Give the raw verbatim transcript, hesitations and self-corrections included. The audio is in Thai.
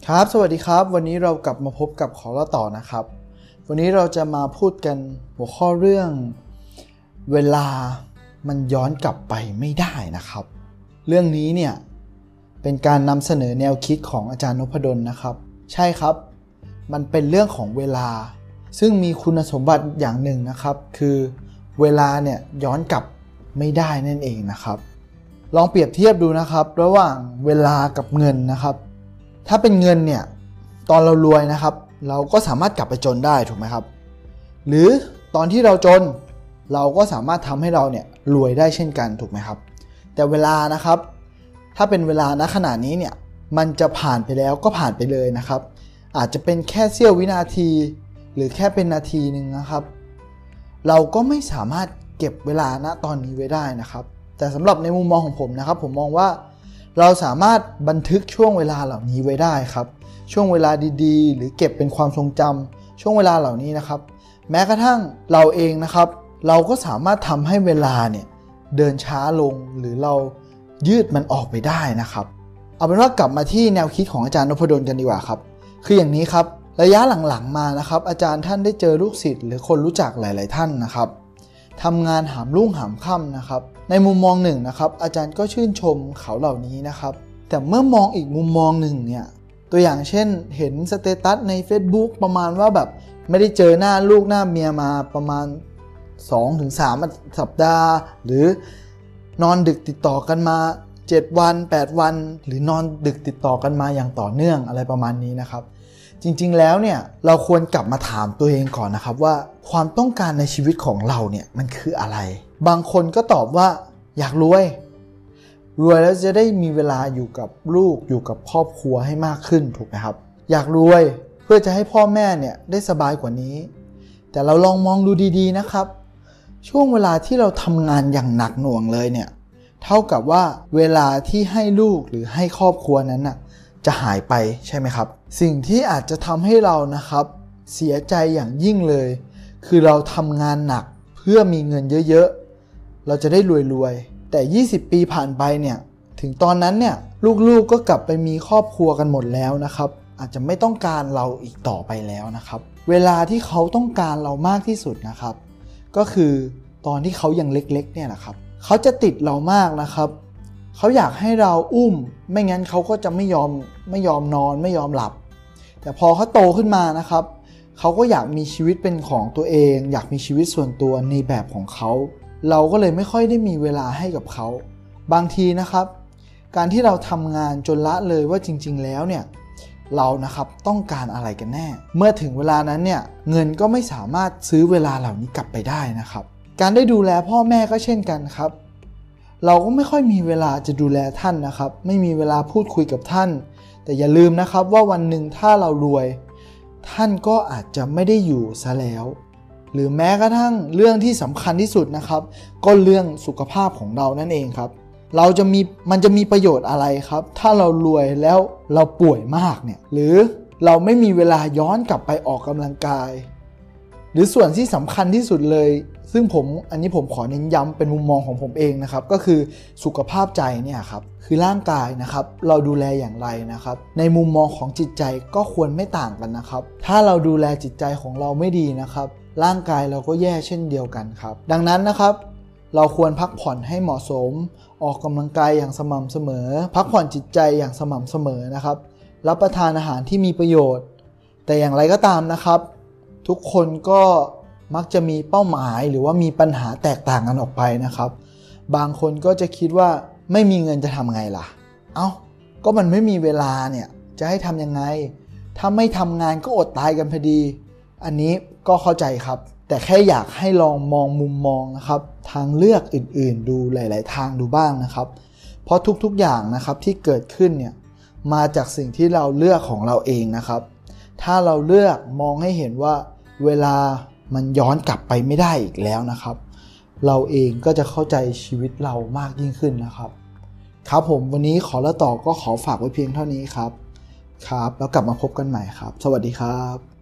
ครับสวัสดีครับวันนี้เรากลับมาพบกับขอเล่าต่อนะครับวันนี้เราจะมาพูดกันหัวข้อเรื่องเวลามันย้อนกลับไปไม่ได้นะครับเรื่องนี้เนี่ยเป็นการนำเสนอแนวคิดของอาจารย์นพดลนะครับใช่ครับมันเป็นเรื่องของเวลาซึ่งมีคุณสมบัติอย่างหนึ่งนะครับคือเวลาเนี่ยย้อนกลับไม่ได้นั่นเองนะครับลองเปรียบเทียบดูนะครับระหว่างเวลากับเงินนะครับถ้าเป็นเงินเนี่ยตอนเรารวยนะครับเราก็สามารถกลับไปจนได้ถูกไหมครับหรือตอนที่เราจนเราก็สามารถทำให้เราเนี่ยรวยได้เช่นกันถูกไหมครับแต่เวลานะครับถ้าเป็นเวลาณขณะนี้เนี่ยมันจะผ่านไปแล้วก็ผ่านไปเลยนะครับอาจจะเป็นแค่เสี้ยววินาทีหรือแค่เป็นนาทีนึงนะครับเราก็ไม่สามารถเก็บเวลาณตอนนี้ไว้ได้นะครับแต่สำหรับในมุมมองของผมนะครับผมมองว่าเราสามารถบันทึกช่วงเวลาเหล่านี้ไว้ได้ครับช่วงเวลาดีๆหรือเก็บเป็นความทรงจำช่วงเวลาเหล่านี้นะครับแม้กระทั่งเราเองนะครับเราก็สามารถทำให้เวลาเนี่ยเดินช้าลงหรือเรายืดมันออกไปได้นะครับเอาเป็นว่ากลับมาที่แนวคิดของอาจารย์นพดลกันดีกว่าครับคืออย่างนี้ครับระยะหลังๆมานะครับอาจารย์ท่านได้เจอลูกศิษย์หรือคนรู้จักหลายๆท่านนะครับทำงานหามรุ่งหามค่ำนะครับในมุมมองหนึ่งนะครับอาจารย์ก็ชื่นชมเขาเหล่านี้นะครับแต่เมื่อมองอีกมุมมองหนึ่งเนี่ยตัวอย่างเช่นเห็นสเตตัสใน Facebook ประมาณว่าแบบไม่ได้เจอหน้าลูกหน้าเมียมาประมาณ สองถึงสาม สัปดาห์หรือนอนดึกติดต่อกันมาเจ็ดวันแปดวันหรือนอนดึกติดต่อกันมาอย่างต่อเนื่องอะไรประมาณนี้นะครับจริงๆแล้วเนี่ยเราควรกลับมาถามตัวเองก่อนนะครับว่าความต้องการในชีวิตของเราเนี่ยมันคืออะไรบางคนก็ตอบว่าอยากรวยรวยแล้วจะได้มีเวลาอยู่กับลูกอยู่กับครอบครัวให้มากขึ้นถูกไหมครับอยากรวยเพื่อจะให้พ่อแม่เนี่ยได้สบายกว่านี้แต่เราลองมองดูดีๆนะครับช่วงเวลาที่เราทำงานอย่างหนักหน่วงเลยเนี่ยเท่ากับว่าเวลาที่ให้ลูกหรือให้ครอบครัวนั้นน่ะจะหายไปใช่ไหมครับสิ่งที่อาจจะทำให้เรานะครับเสียใจอย่างยิ่งเลยคือเราทำงานหนักเพื่อมีเงินเยอะๆเราจะได้รวยๆแต่ยี่สิบปีผ่านไปเนี่ยถึงตอนนั้นเนี่ยลูกๆก็กลับไปมีครอบครัวกันหมดแล้วนะครับอาจจะไม่ต้องการเราอีกต่อไปแล้วนะครับเวลาที่เขาต้องการเรามากที่สุดนะครับก็คือตอนที่เขายังเล็กๆเนี่ยแหละครับเขาจะติดเรามากนะครับเขาอยากให้เราอุ้มไม่งั้นเขาก็จะไม่ยอมไม่ยอมนอนไม่ยอมหลับแต่พอเขาโตขึ้นมานะครับเขาก็อยากมีชีวิตเป็นของตัวเองอยากมีชีวิตส่วนตัวในแบบของเขาเราก็เลยไม่ค่อยได้มีเวลาให้กับเขาบางทีนะครับการที่เราทำงานจนละเลยว่าจริงๆแล้วเนี่ยเรานะครับต้องการอะไรกันแน่เมื่อถึงเวลานั้นเนี่ยเงินก็ไม่สามารถซื้อเวลาเหล่านี้กลับไปได้นะครับการได้ดูแลพ่อแม่ก็เช่นกันครับเราก็ไม่ค่อยมีเวลาจะดูแลท่านนะครับไม่มีเวลาพูดคุยกับท่านแต่อย่าลืมนะครับว่าวันหนึ่งถ้าเรารวยท่านก็อาจจะไม่ได้อยู่ซะแล้วหรือแม้กระทั่งเรื่องที่สำคัญที่สุดนะครับก็เรื่องสุขภาพของเรานั่นเองครับเราจะมีมันจะมีประโยชน์อะไรครับถ้าเรารวยแล้วเราป่วยมากเนี่ยหรือเราไม่มีเวลาย้อนกลับไปออกกำลังกายหรือส่วนที่สำคัญที่สุดเลยซึ่งผมอันนี้ผมขอเน้นย้ำเป็นมุมมองของผมเองนะครับก็คือสุขภาพใจเนี่ยครับคือร่างกายนะครับเราดูแลอย่างไรนะครับในมุมมองของจิตใจก็ควรไม่ต่างกันนะครับถ้าเราดูแลจิตใจของเราไม่ดีนะครับร่างกายเราก็แย่เช่นเดียวกันครับดังนั้นนะครับเราควรพักผ่อนให้เหมาะสมออกกำลังกายอย่างสม่ำเสมอพักผ่อนจิตใจอย่างสม่ำเสมอนะครับรับประทานอาหารที่มีประโยชน์แต่อย่างไรก็ตามนะครับทุกคนก็มักจะมีเป้าหมายหรือว่ามีปัญหาแตกต่างกันออกไปนะครับบางคนก็จะคิดว่าไม่มีเงินจะทำไงล่ะเอ้าก็มันไม่มีเวลาเนี่ยจะให้ทำยังไงถ้าไม่ทำงานก็อดตายกันพอดีอันนี้ก็เข้าใจครับแต่แค่อยากให้ลองมองมุมมองนะครับทางเลือกอื่นๆดูหลายๆทางดูบ้างนะครับเพราะทุกๆอย่างนะครับที่เกิดขึ้นเนี่ยมาจากสิ่งที่เราเลือกของเราเองนะครับถ้าเราเลือกมองให้เห็นว่าเวลามันย้อนกลับไปไม่ได้อีกแล้วนะครับเราเองก็จะเข้าใจชีวิตเรามากยิ่งขึ้นนะครับครับผมวันนี้ขอเล่าต่อก็ขอฝากไว้เพียงเท่านี้ครับครับแล้วกลับมาพบกันใหม่ครับสวัสดีครับ